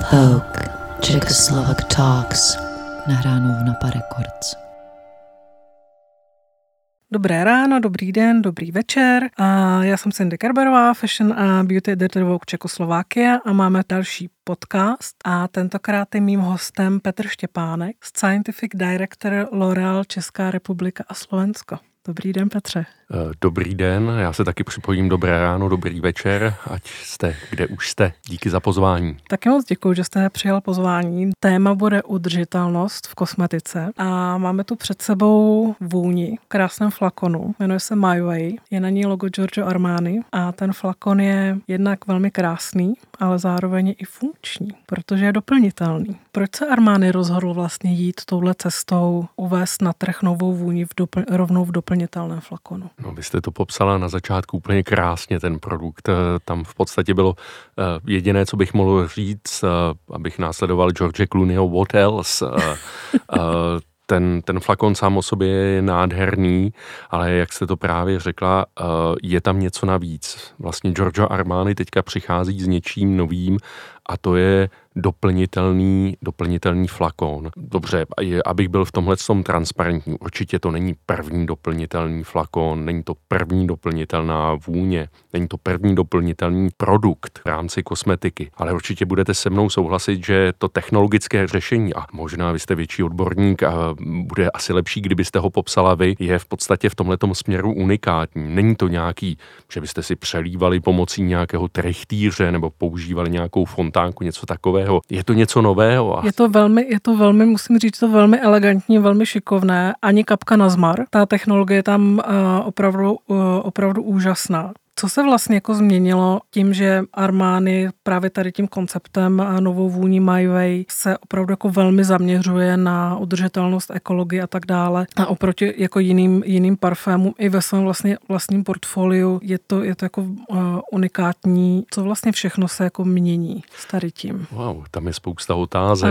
Poke, Czechoslovak Talks, nahráno v Napa Records. Dobré ráno, dobrý den, dobrý večer. Já jsem Cindy Kerberová, fashion a beauty editor Vogue Czechoslovakia a máme další podcast a tentokrát je mým hostem Petr Štěpánek, scientific director L'Oréal Česká republika a Slovensko. Dobrý den, Petře. Dobrý den, já se taky připojím dobré ráno, dobrý večer, ať jste, kde už jste. Díky za pozvání. Taky moc děkuji, že jste přijal pozvání. Téma bude udržitelnost v kosmetice a máme tu před sebou vůni v krásném flakonu. Jmenuje se My Way, je na ní logo Giorgio Armani a ten flakon je jednak velmi krásný, ale zároveň je i funkční, protože je doplnitelný. Proč se Armani rozhodl vlastně jít touhle cestou, uvést na trh novou vůni rovnou v doplnitelném flakonu? No, vy jste to popsala na začátku úplně krásně, ten produkt. Tam v podstatě bylo jediné, co bych mohl říct, abych následoval George Clooneyho What Else. Ten flakon sám o sobě je nádherný, ale jak jste to právě řekla, je tam něco navíc. Vlastně Giorgio Armani teďka přichází s něčím novým a to je doplnitelný flakon. Dobře, abych byl v tomhletom transparentní, určitě to není první doplnitelný flakon, není to první doplnitelná vůně, není to první doplnitelný produkt v rámci kosmetiky, ale určitě budete se mnou souhlasit, že to technologické řešení, a možná vy jste větší odborník a bude asi lepší, kdybyste ho popsala vy, je v podstatě v tomhletom směru unikátní. Není to nějaký, že byste si přelívali pomocí nějakého trichtýře nebo používali nějakou fontánku, něco takového. Je to něco nového? Je to velmi, musím říct, to velmi elegantní, velmi šikovné, ani kapka na zmar. Ta technologie je tam opravdu úžasná. Co se vlastně jako změnilo tím, že Armani právě tady tím konceptem a novou vůní My Way se opravdu jako velmi zaměřuje na udržitelnost, ekologii a tak dále a oproti jako jiným parfémům i ve svém vlastním portfoliu je to jako unikátní. Co vlastně všechno se jako mění s tady tím? Wow, tam je spousta otázek.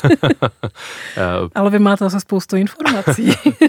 Ale vy máte zase spoustu informací.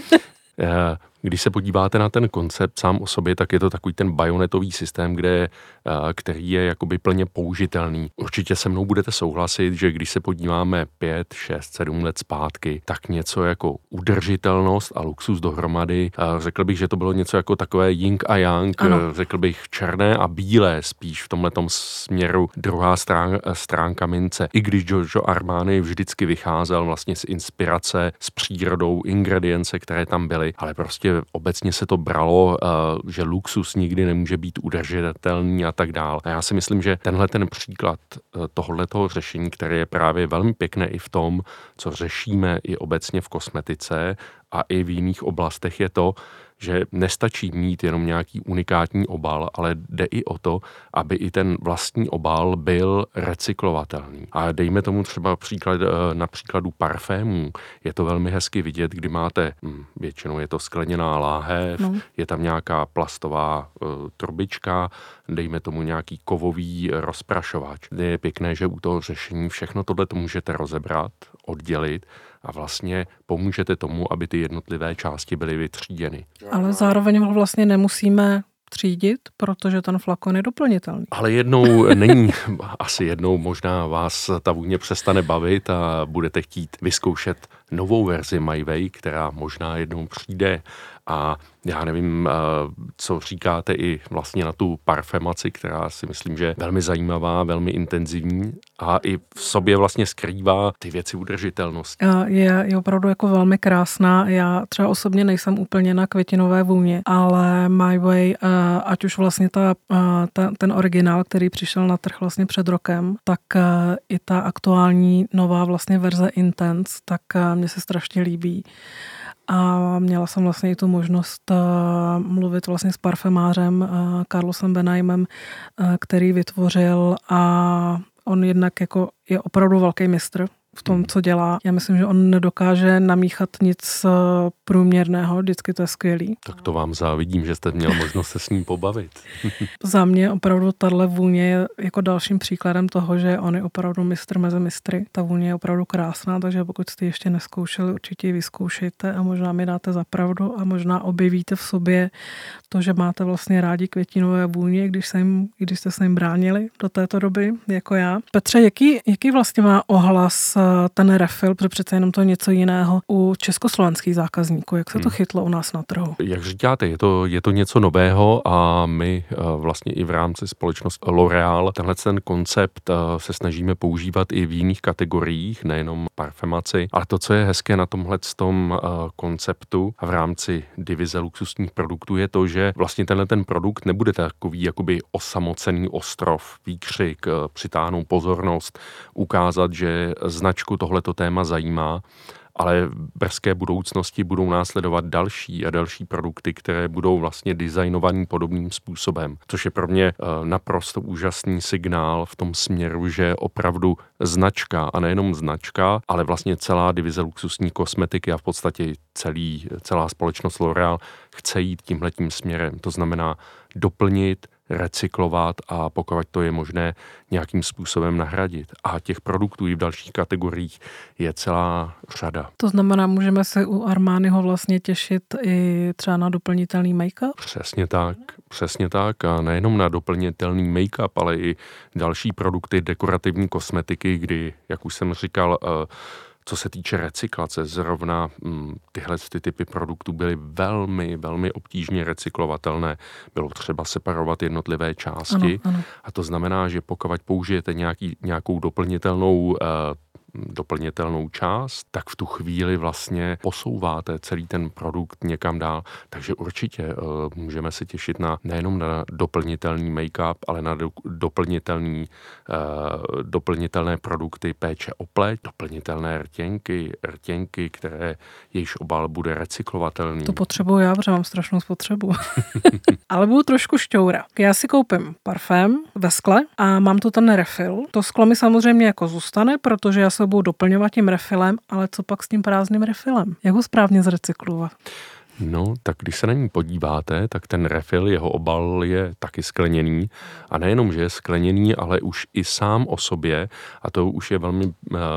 Když se podíváte na ten koncept sám o sobě, tak je to takový ten bajonetový systém, který je jakoby plně použitelný. Určitě se mnou budete souhlasit, že když se podíváme 5, 6, 7 let zpátky, tak něco jako udržitelnost a luxus dohromady, řekl bych, že to bylo něco jako takové yin a yang, řekl bych černé a bílé spíš v tomhletom směru druhá stránka mince. I když Giorgio Armani vždycky vycházel vlastně z inspirace, s přírodou, ingredience, které tam byly, ale prostě obecně se to bralo, že luxus nikdy nemůže být udržitelný a tak dál. A já si myslím, že tenhle ten příklad tohoto řešení, které je právě velmi pěkné i v tom, co řešíme i obecně v kosmetice a i v jiných oblastech, je to, že nestačí mít jenom nějaký unikátní obal, ale jde i o to, aby i ten vlastní obal byl recyklovatelný. A dejme tomu třeba na příkladu parfémů. Je to velmi hezky vidět, kdy máte, většinou je to skleněná láhev, je tam nějaká plastová trubička, dejme tomu nějaký kovový rozprašovač. Je pěkné, že u toho řešení všechno tohle to můžete rozebrat, oddělit a vlastně pomůžete tomu, aby ty jednotlivé části byly vytříděny. Ale zároveň ho vlastně nemusíme třídit, protože ten flakon je doplnitelný. Ale asi jednou možná vás ta vůně přestane bavit a budete chtít vyzkoušet novou verzi My Way, která možná jednou přijde. A já nevím, co říkáte i vlastně na tu parfémaci, která si myslím, že je velmi zajímavá, velmi intenzivní a i v sobě vlastně skrývá ty věci udržitelnosti. Je opravdu jako velmi krásná. Já třeba osobně nejsem úplně na květinové vůně, ale My Way, ať už vlastně ten originál, který přišel na trh vlastně před rokem, tak i ta aktuální nová vlastně verze Intense, tak mně se strašně líbí. A měla jsem vlastně i tu možnost mluvit vlastně s parfémářem Carlosem Benheimem, který vytvořil, a on jednak jako je opravdu velký mistr v tom, co dělá. Já myslím, že on nedokáže namíchat nic průměrného, vždycky to je skvělý. Tak to vám závidím, že jste měl možnost se s ním pobavit. Za mě opravdu tahle vůně je jako dalším příkladem toho, že on je opravdu mistr mezi mistry. Ta vůně je opravdu krásná, takže pokud jste ještě neskoušeli, určitě ji vyzkoušejte a možná mi dáte za pravdu a možná objevíte v sobě to, že máte vlastně rádi květinové vůně, když jste se jim bránili do této doby, jako já. Petře, jaký vlastně má ohlas ten refill, protože přece jenom to je něco jiného u československých zákazníků. Jak se to chytlo u nás na trhu? Jak říkáte, je to něco nového a my vlastně i v rámci společnosti L'Oréal ten koncept se snažíme používat i v jiných kategoriích, nejenom parfemaci. Ale to, co je hezké na tomhletom konceptu a v rámci divize luxusních produktů, je to, že vlastně ten produkt nebude takový jakoby osamocený ostrov, výkřik, přitáhnout pozornost, ukázat, že značku tohleto téma zajímá, ale v brzké budoucnosti budou následovat další a další produkty, které budou vlastně designovaný podobným způsobem. Což je pro mě naprosto úžasný signál v tom směru, že opravdu značka, a nejenom značka, ale vlastně celá divize luxusní kosmetiky a v podstatě celá společnost L'Oréal chce jít tímhletím směrem. To znamená doplnit, recyklovat a pokud to je možné nějakým způsobem nahradit. A těch produktů i v dalších kategoriích je celá řada. To znamená, můžeme se u Armaniho vlastně těšit i třeba na doplnitelný make-up? Přesně tak. A nejenom na doplnitelný make-up, ale i další produkty dekorativní kosmetiky, kdy, jak už jsem říkal, co se týče recyklace, zrovna tyhle typy produktů byly velmi, velmi obtížně recyklovatelné. Bylo třeba separovat jednotlivé části. Ano. A to znamená, že pokud použijete nějakou doplnitelnou část, tak v tu chvíli vlastně posouváte celý ten produkt někam dál. Takže určitě můžeme se těšit nejenom na doplnitelný make-up, ale na doplnitelné produkty péče o pleť, doplnitelné rtěnky, které jejíž obal bude recyklovatelný. To potřebuju já, protože mám strašnou spotřebu. Ale budu trošku šťoura. Já si koupím parfém ve skle a mám tu ten refill. To sklo mi samozřejmě jako zůstane, protože já se budu doplňovat tím refillem, ale co pak s tím prázdným refillem? Jak ho správně zrecyklovat? No, tak když se na ní podíváte, tak ten refill, jeho obal je taky skleněný. A nejenom, že je skleněný, ale už i sám o sobě, a to už je velmi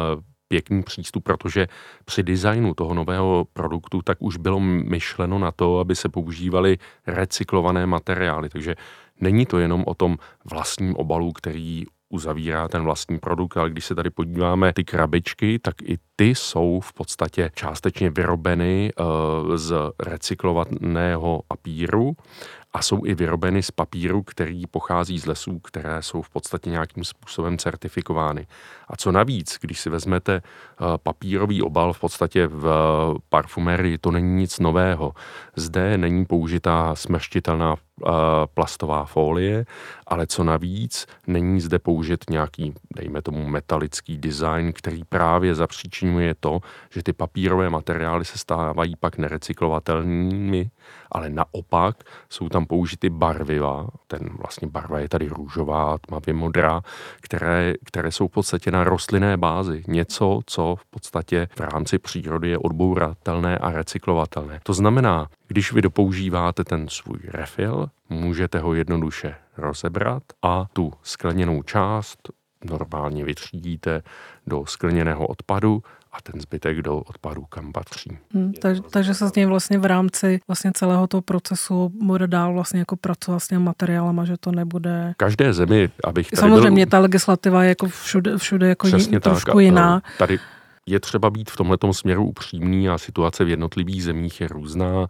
pěkný přístup, protože při designu toho nového produktu tak už bylo myšleno na to, aby se používaly recyklované materiály. Takže není to jenom o tom vlastním obalu, který uzavírá ten vlastní produkt, ale když se tady podíváme ty krabičky, tak i ty jsou v podstatě částečně vyrobeny z recyklovaného papíru a jsou i vyrobeny z papíru, který pochází z lesů, které jsou v podstatě nějakým způsobem certifikovány. A co navíc, když si vezmete papírový obal, v podstatě v parfumerii to není nic nového. Zde není použitá smrštitelná plastová folie, ale co navíc, není zde použit nějaký, dejme tomu, metalický design, který právě zapříčiňuje to, že ty papírové materiály se stávají pak nerecyklovatelnými, ale naopak jsou tam použity barviva, vlastně barva je tady růžová, tmavě modrá, které jsou v podstatě na rostlinné bázi. Něco, co v podstatě v rámci přírody je odbouratelné a recyklovatelné. To znamená, když vy dopoužíváte ten svůj refill, můžete ho jednoduše rozebrat a tu skleněnou část normálně vytřídíte do skleněného odpadu a ten zbytek do odpadu, kam patří. Takže se s ním vlastně v rámci vlastně celého toho procesu bude dál vlastně jako pracovat s těmi materiálama, že to nebude... Každé zemi, abych tady samozřejmě ta legislativa je jako všude jako trošku jiná. Tady je třeba být v tomhletom směru upřímný a situace v jednotlivých zemích je různá.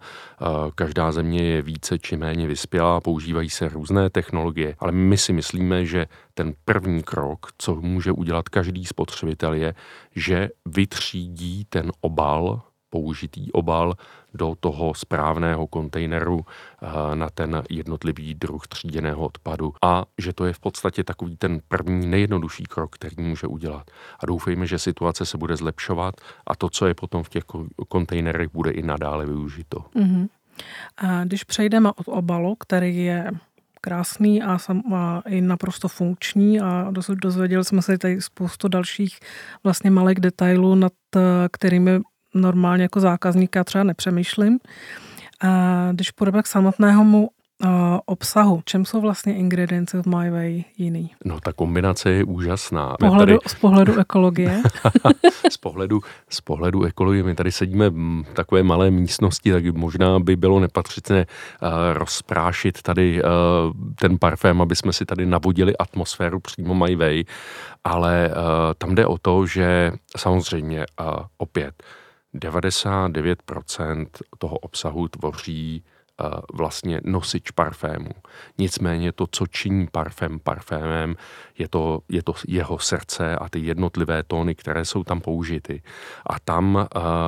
Každá země je více či méně vyspělá, používají se různé technologie, ale my si myslíme, že ten první krok, co může udělat každý spotřebitel, je, že vytřídí ten obal, použitý obal, do toho správného kontejneru na ten jednotlivý druh tříděného odpadu a že to je v podstatě takový ten první nejjednodušší krok, který může udělat. A doufejme, že situace se bude zlepšovat a to, co je potom v těch kontejnerech, bude i nadále využito. A když přejdeme od obalu, který je krásný a i naprosto funkční a dozvěděli jsme se tady spoustu dalších vlastně malých detailů, nad kterými normálně jako zákazník já třeba nepřemýšlím. A když půjdeme k samotnému obsahu, čem jsou vlastně ingredience v My Way jiný? No, ta kombinace je úžasná. Z pohledu ekologie. z pohledu ekologie. My tady sedíme v takové malé místnosti, tak možná by bylo nepatřičné rozprášit tady ten parfém, aby jsme si tady navodili atmosféru přímo My Way, ale tam jde o to, že samozřejmě opět 99% toho obsahu tvoří vlastně nosič parfému. Nicméně to, co činí parfém parfémem, je to jeho srdce a ty jednotlivé tóny, které jsou tam použity. A tam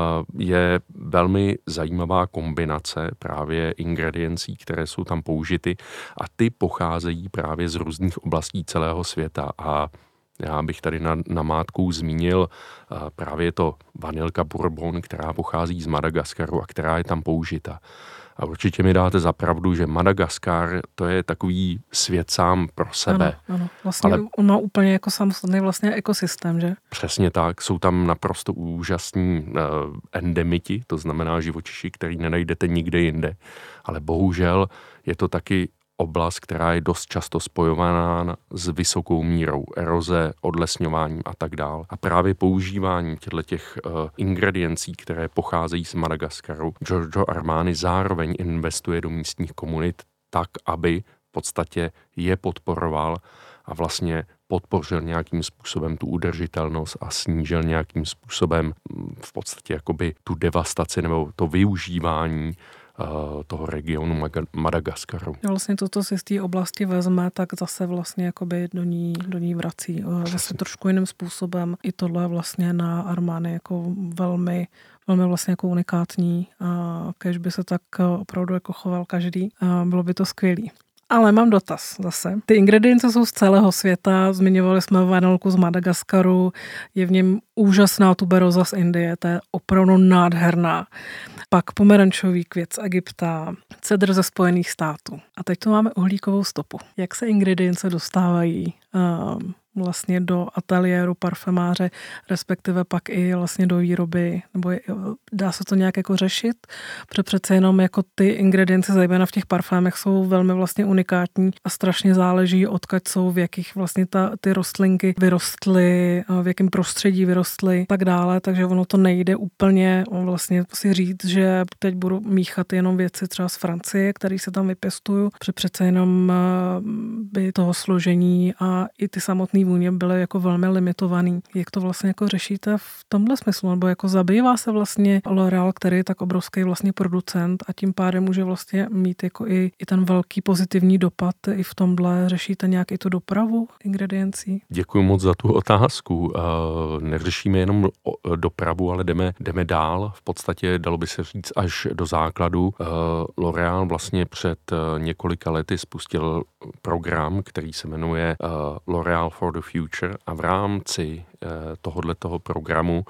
je velmi zajímavá kombinace právě ingrediencí, které jsou tam použity a ty pocházejí právě z různých oblastí celého světa. A já bych tady namátkou zmínil právě to vanilka bourbon, která pochází z Madagaskaru a která je tam použita. A určitě mi dáte za pravdu, že Madagaskar to je takový svět sám pro sebe. Ano. Vlastně ale on má úplně jako samostatný vlastně ekosystém, že? Přesně tak. Jsou tam naprosto úžasní endemiti, to znamená živočiši, který nenajdete nikde jinde. Ale bohužel je to taky oblast, která je dost často spojovaná s vysokou mírou eroze, odlesňováním a tak dál. A právě používáním těch ingrediencí, které pocházejí z Madagaskaru, Giorgio Armani zároveň investuje do místních komunit tak, aby v podstatě je podporoval a vlastně podpořil nějakým způsobem tu udržitelnost a snížil nějakým způsobem v podstatě jakoby tu devastaci nebo to využívání toho regionu Madagaskaru. Vlastně to si z té oblasti vezme, tak zase vlastně jakoby do ní vrací. Zase trošku jiným způsobem. I tohle vlastně na Armani jako velmi vlastně jako unikátní. Kéž by se tak opravdu jako choval každý. Bylo by to skvělý. Ale mám dotaz zase. Ty ingredience jsou z celého světa, zmiňovali jsme vanilku z Madagaskaru, je v něm úžasná tuberoza z Indie, to je opravdu nádherná. Pak pomerančový květ z Egypta, cedr ze Spojených států. A teď tu máme uhlíkovou stopu. Jak se ingredience dostávají vlastně do ateliéru parfumáře, respektive pak i vlastně do výroby, nebo dá se to nějak jako řešit, protože přece jenom jako ty ingredience, zejména v těch parfémech, jsou velmi vlastně unikátní a strašně záleží, odkud jsou, v jakých vlastně ty rostlinky vyrostly, v jakém prostředí vyrostly, tak dále, takže ono to nejde úplně vlastně si říct, že teď budu míchat jenom věci třeba z Francie, které se tam vypěstují, protože přece jenom by toho složení a i ty samotné vůně byly jako velmi limitovaný. Jak to vlastně jako řešíte v tomhle smyslu? Nebo jako zabývá se vlastně L'Oréal, který je tak obrovský vlastně producent a tím pádem může vlastně mít jako i ten velký pozitivní dopad i v tomhle. Řešíte nějak i tu dopravu ingrediencí? Děkuji moc za tu otázku. Neřešíme jenom dopravu, ale jdeme dál. V podstatě dalo by se říct až do základu. L'Oréal vlastně před několika lety spustil program, který se jmenuje L'Oréal for the Future a v rámci tohoto programu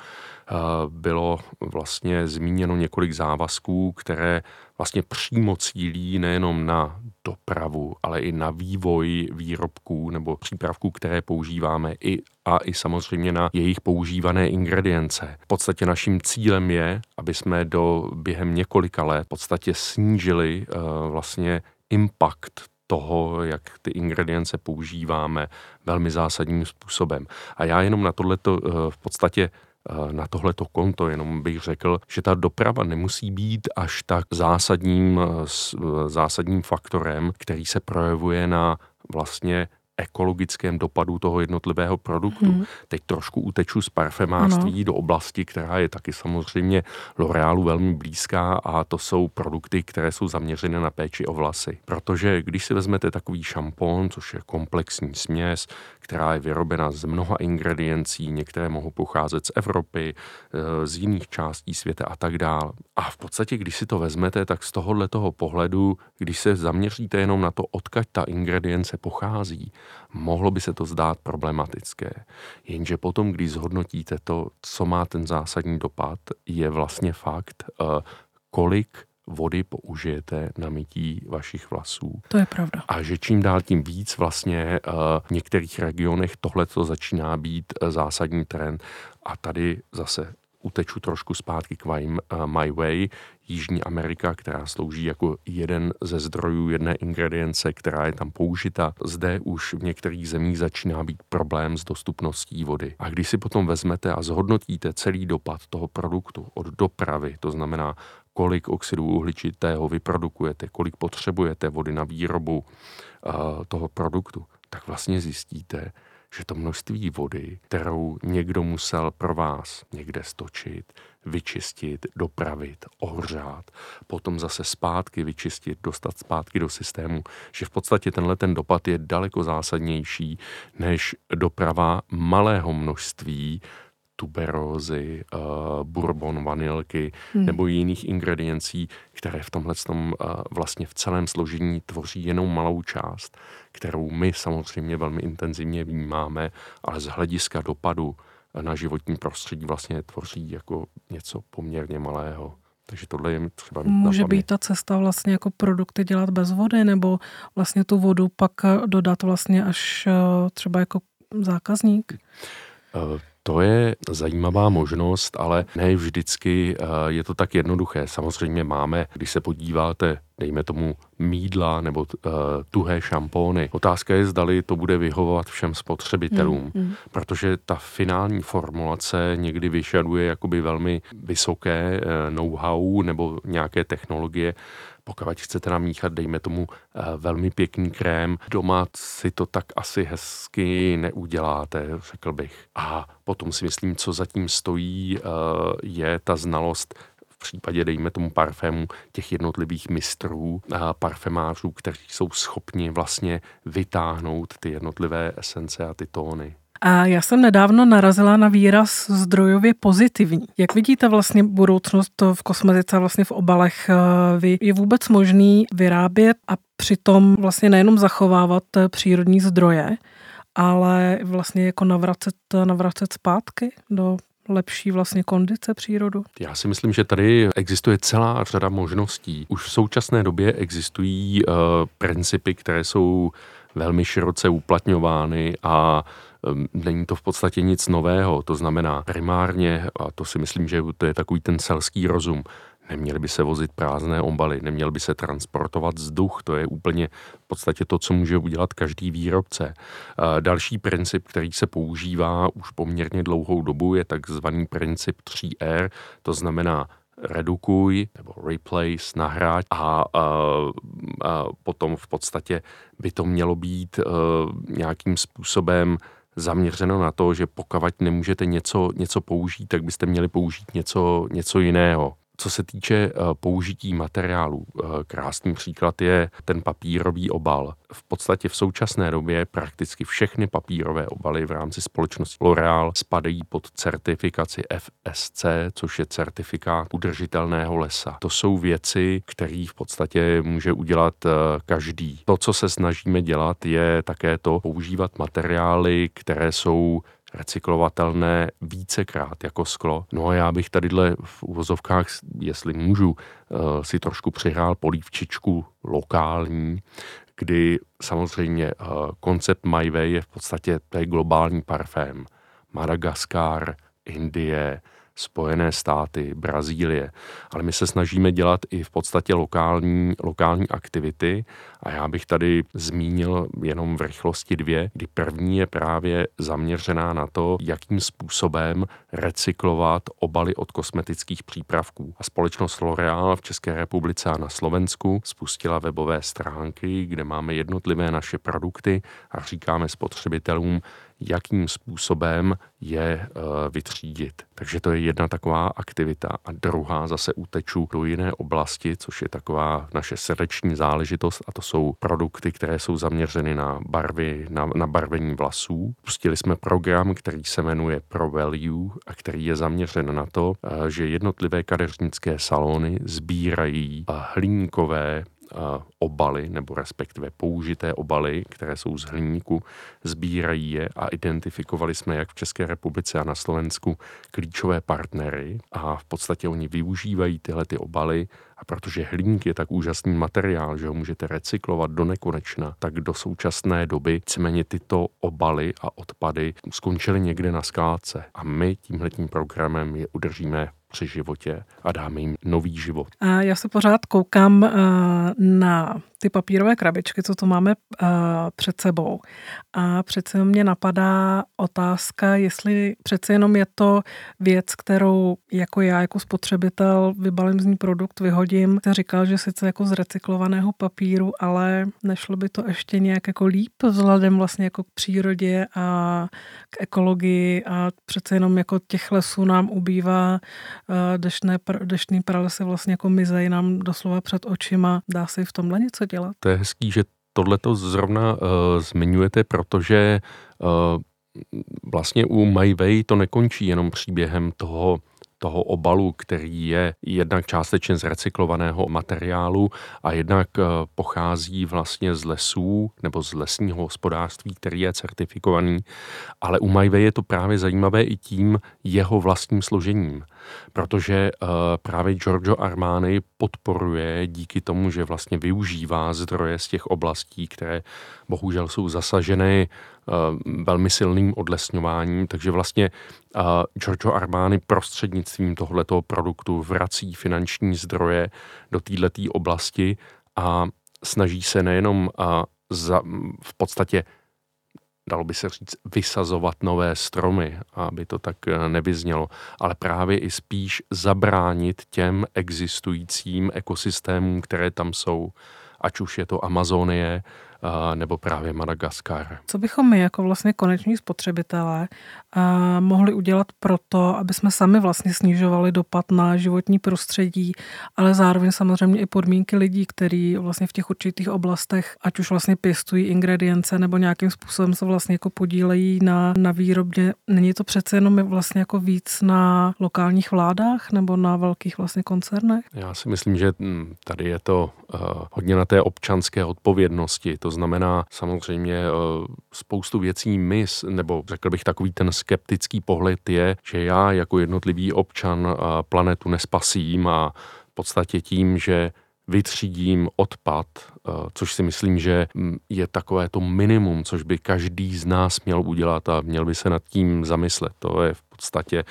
bylo vlastně zmíněno několik závazků, které vlastně přímo cílí nejenom na dopravu, ale i na vývoj výrobků nebo přípravků, které používáme a i samozřejmě na jejich používané ingredience. V podstatě naším cílem je, aby jsme během několika let v podstatě snížili vlastně impact toho, jak ty ingredience používáme velmi zásadním způsobem. A já jenom na tohleto v podstatě na tohleto konto jenom bych řekl, že ta doprava nemusí být až tak zásadním faktorem, který se projevuje na vlastně ekologickém dopadu toho jednotlivého produktu. Teď trošku uteču z parfémářství do oblasti, která je taky samozřejmě L'Oréalu velmi blízká a to jsou produkty, které jsou zaměřené na péči o vlasy. Protože když si vezmete takový šampon, což je komplexní směs, která je vyrobena z mnoha ingrediencí, některé mohou pocházet z Evropy, z jiných částí světa a tak dále. A v podstatě, když si to vezmete, tak z tohoto pohledu, když se zaměříte jenom na to, odkud ta ingredience pochází, mohlo by se to zdát problematické. Jenže potom, když zhodnotíte to, co má ten zásadní dopad, je vlastně fakt, kolik vody použijete na mytí vašich vlasů. To je pravda. A že čím dál tím víc vlastně v některých regionech tohleto začíná být zásadní trend. A tady zase uteču trošku zpátky k My Way, Jižní Amerika, která slouží jako jeden ze zdrojů, jedné ingredience, která je tam použita. Zde už v některých zemích začíná být problém s dostupností vody. A když si potom vezmete a zhodnotíte celý dopad toho produktu od dopravy, to znamená, kolik oxidu uhličitého vyprodukujete, kolik potřebujete vody na výrobu toho produktu, tak vlastně zjistíte, že to množství vody, kterou někdo musel pro vás někde stočit, vyčistit, dopravit, ohřát, potom zase zpátky vyčistit, dostat zpátky do systému, že v podstatě ten dopad je daleko zásadnější než doprava malého množství tuberózy, bourbon, vanilky nebo jiných ingrediencí, které v tomhletom vlastně v celém složení tvoří jenom malou část, kterou my samozřejmě velmi intenzivně vnímáme, ale z hlediska dopadu na životní prostředí vlastně tvoří jako něco poměrně malého. Takže tohle je třeba může být ta cesta vlastně jako produkty dělat bez vody, nebo vlastně tu vodu pak dodat vlastně až třeba jako zákazník? To je zajímavá možnost, ale ne vždycky je to tak jednoduché. Samozřejmě máme, když se podíváte, dejme tomu mýdla nebo tuhé šampóny. Otázka je, zdali to bude vyhovovat všem spotřebitelům, protože ta finální formulace někdy vyžaduje jakoby velmi vysoké know-how nebo nějaké technologie. Pokud chcete namíchat, dejme tomu velmi pěkný krém, doma si to tak asi hezky neuděláte, řekl bych. A potom si myslím, co zatím stojí, je ta znalost v případě, dejme tomu parfému, těch jednotlivých mistrů a parfémářů, kteří jsou schopni vlastně vytáhnout ty jednotlivé esence a ty tóny. A já jsem nedávno narazila na výraz zdrojově pozitivní. Jak vidíte vlastně budoucnost v kosmetice a vlastně v obalech? Je vůbec možný vyrábět a přitom vlastně nejenom zachovávat přírodní zdroje, ale vlastně jako navracet zpátky do lepší vlastně kondice přírodu? Já si myslím, že tady existuje celá řada možností. Už v současné době existují principy, které jsou velmi široce uplatňovány a není to v podstatě nic nového. To znamená primárně, a to si myslím, že to je takový ten selský rozum, neměly by se vozit prázdné obaly, neměl by se transportovat vzduch, to je úplně v podstatě to, co může udělat každý výrobce. Další princip, který se používá už poměrně dlouhou dobu, je takzvaný princip 3R, to znamená redukuj nebo replace, nahraď a potom v podstatě by to mělo být nějakým způsobem zaměřeno na to, že pokud nemůžete něco použít, tak byste měli použít něco jiného. Co se týče použití materiálu, krásný příklad je ten papírový obal. V podstatě v současné době prakticky všechny papírové obaly v rámci společnosti L'Oréal spadají pod certifikaci FSC, což je certifikát udržitelného lesa. To jsou věci, které v podstatě může udělat každý. To, co se snažíme dělat, je také to používat materiály, které jsou recyklovatelné vícekrát jako sklo. No a já bych tadyhle v uvozovkách, jestli můžu, si trošku přihrál polívčičku lokální, kdy samozřejmě koncept My Way je v podstatě globální parfém. Madagaskar, Indie, Spojené státy, Brazílie. Ale my se snažíme dělat i v podstatě lokální aktivity a já bych tady zmínil jenom v rychlosti dvě, kdy první je právě zaměřená na to, jakým způsobem recyklovat obaly od kosmetických přípravků. A společnost L'Oréal v České republice a na Slovensku spustila webové stránky, kde máme jednotlivé naše produkty a říkáme spotřebitelům, jakým způsobem je vytřídit. Takže to je jedna taková aktivita. A druhá zase uteču do jiné oblasti, což je taková naše srdeční záležitost a to jsou produkty, které jsou zaměřeny na barvy, na barvení vlasů. Pustili jsme program, který se jmenuje Pro Value a který je zaměřen na to, že jednotlivé kadeřnické salony sbírají hliníkové obaly, nebo respektive použité obaly, které jsou z hliníku, sbírají je a identifikovali jsme jak v České republice a na Slovensku klíčové partnery a v podstatě oni využívají tyhle ty obaly a protože hliník je tak úžasný materiál, že ho můžete recyklovat do nekonečna, tak do současné doby víceméně tyto obaly a odpady skončily někde na skládce a my tímhletím programem je udržíme při životě a dáme jim nový život. A já se pořád koukám na ty papírové krabičky, co tu máme před sebou. A přece mě napadá otázka, jestli přece jenom je to věc, kterou jako já, jako spotřebitel, vybalím z ní produkt, vyhodím. Jste říkal, že sice jako z recyklovaného papíru, ale nešlo by to ještě nějak jako líp vzhledem vlastně jako k přírodě a k ekologii a přece jenom jako těch lesů nám ubývá, deštný pralesy vlastně jako mizejí nám doslova před očima. Dá se i v tomhle něco dělat? To je hezký, že tohleto zrovna zmiňujete, protože vlastně u My Way to nekončí jenom příběhem toho obalu, který je jednak částečně z recyklovaného materiálu a jednak pochází vlastně z lesů nebo z lesního hospodářství, který je certifikovaný. Ale u My Way je to právě zajímavé i tím jeho vlastním složením, protože právě Giorgio Armani podporuje díky tomu, že vlastně využívá zdroje z těch oblastí, které bohužel jsou zasaženy velmi silným odlesňováním, takže vlastně Giorgio Armani prostřednictvím tohletoho produktu vrací finanční zdroje do této oblasti a snaží se nejenom v podstatě dalo by se říct, vysazovat nové stromy, aby to tak nevyznělo, ale právě i spíš zabránit těm existujícím ekosystémům, které tam jsou, ať už je to Amazonie, nebo právě Madagaskar. Co bychom my jako vlastně koneční spotřebitelé mohli udělat pro to, aby jsme sami vlastně snižovali dopad na životní prostředí, ale zároveň samozřejmě i podmínky lidí, kteří vlastně v těch určitých oblastech, ať už vlastně pěstují ingredience nebo nějakým způsobem se vlastně jako podílejí na výrobě. Není to přece jenom vlastně jako víc na lokálních vládách nebo na velkých vlastně koncernech? Já si myslím, že tady je to hodně na té občanské odpovědnosti. To znamená samozřejmě spoustu věcí nebo řekl bych takový ten skeptický pohled je, že já jako jednotlivý občan planetu nespasím a v podstatě tím, že vytřídím odpad, což si myslím, že je takové to minimum, což by každý z nás měl udělat a měl by se nad tím zamyslet. To je v podstatě,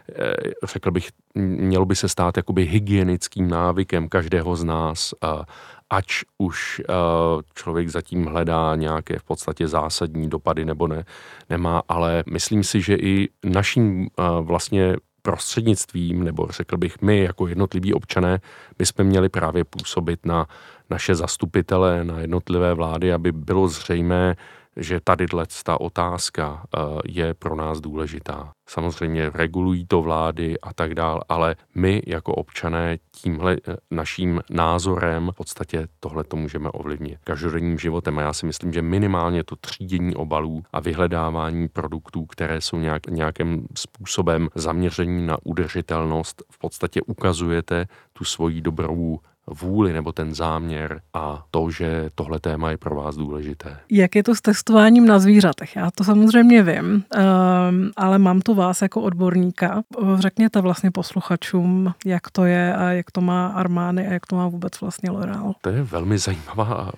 řekl bych, mělo by se stát jakoby hygienickým návykem každého z nás, ač už člověk zatím hledá nějaké v podstatě zásadní dopady nebo nemá, ale myslím si, že i naším vlastně prostřednictvím, nebo řekl bych my jako jednotliví občané, bychom měli právě působit na naše zastupitele, na jednotlivé vlády, aby bylo zřejmé, že ta otázka je pro nás důležitá. Samozřejmě regulují to vlády a tak dál, ale my jako občané tímhle naším názorem v podstatě tohle to můžeme ovlivnit každodenním životem. A já si myslím, že minimálně to třídění obalů a vyhledávání produktů, které jsou nějakým způsobem zaměření na udržitelnost, v podstatě ukazujete tu svoji dobrou vůli nebo ten záměr a to, že tohle téma je pro vás důležité. Jak je to s testováním na zvířatech? Já to samozřejmě vím, ale mám tu vás jako odborníka. Řekněte vlastně posluchačům, jak to je a jak to má Armani a jak to má vůbec vlastně L'Oréal. To je velmi zajímavá,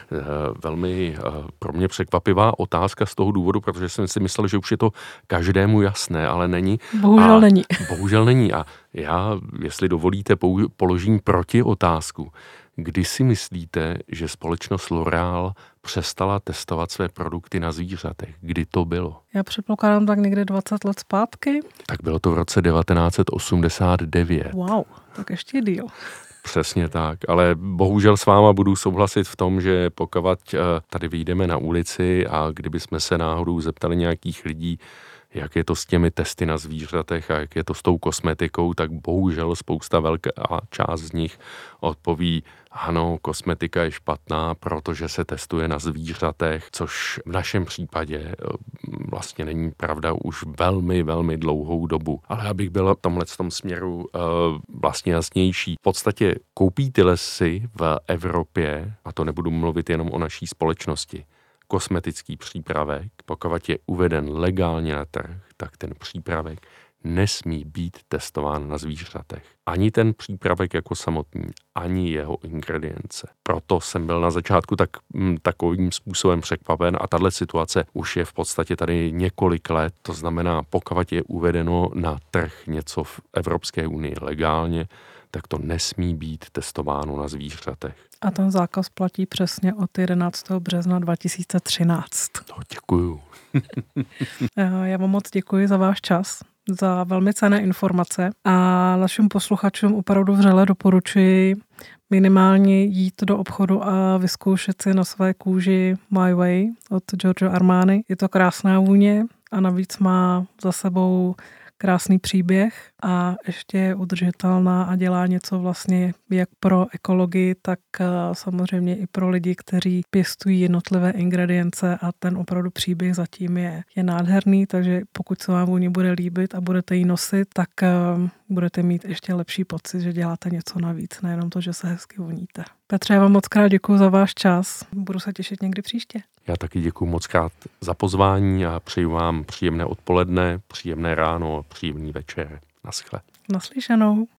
velmi pro mě překvapivá otázka z toho důvodu, protože jsem si myslel, že už je to každému jasné, ale není. Bohužel není. Bohužel není. A já, jestli dovolíte, položím proti otázku. Kdy si myslíte, že společnost L'Oréal přestala testovat své produkty na zvířatech? Kdy to bylo? Já předpokládám tak někde 20 let zpátky. Tak bylo to v roce 1989. Wow, tak ještě díl. Přesně tak, ale bohužel s váma budu souhlasit v tom, že pokud tady vyjdeme na ulici a kdybychom se náhodou zeptali nějakých lidí, jak je to s těmi testy na zvířatech a jak je to s tou kosmetikou, tak bohužel spousta velká část z nich odpoví, ano, kosmetika je špatná, protože se testuje na zvířatech, což v našem případě vlastně není pravda už velmi, velmi dlouhou dobu. Ale abych byl v tomhletom směru vlastně jasnější. V podstatě koupíte si v Evropě, a to nebudu mluvit jenom o naší společnosti, kosmetický přípravek, pokud je uveden legálně na trh, tak ten přípravek nesmí být testován na zvířatech. Ani ten přípravek jako samotný, ani jeho ingredience. Proto jsem byl na začátku takovým způsobem překvapen a tahle situace už je v podstatě tady několik let. To znamená, pokud je uvedeno na trh něco v Evropské unii legálně, tak to nesmí být testováno na zvířatech. A ten zákaz platí přesně od 11. března 2013. No, děkuju. Já vám moc děkuji za váš čas, za velmi cenné informace a našim posluchačům opravdu vřele doporučuji minimálně jít do obchodu a vyzkoušet si na své kůži My Way od Giorgio Armani. Je to krásná vůně a navíc má za sebou krásný příběh a ještě je udržitelná a dělá něco vlastně jak pro ekologii, tak samozřejmě i pro lidi, kteří pěstují jednotlivé ingredience a ten opravdu příběh zatím je nádherný, takže pokud se vám vůně bude líbit a budete ji nosit, tak budete mít ještě lepší pocit, že děláte něco navíc, nejenom to, že se hezky voníte. Petře, já vám moc krát děkuji za váš čas. Budu se těšit někdy příště. Já taky děkuji moc krát za pozvání a přeju vám příjemné odpoledne, příjemné ráno a příjemný večer. Naschle. Naslyšenou.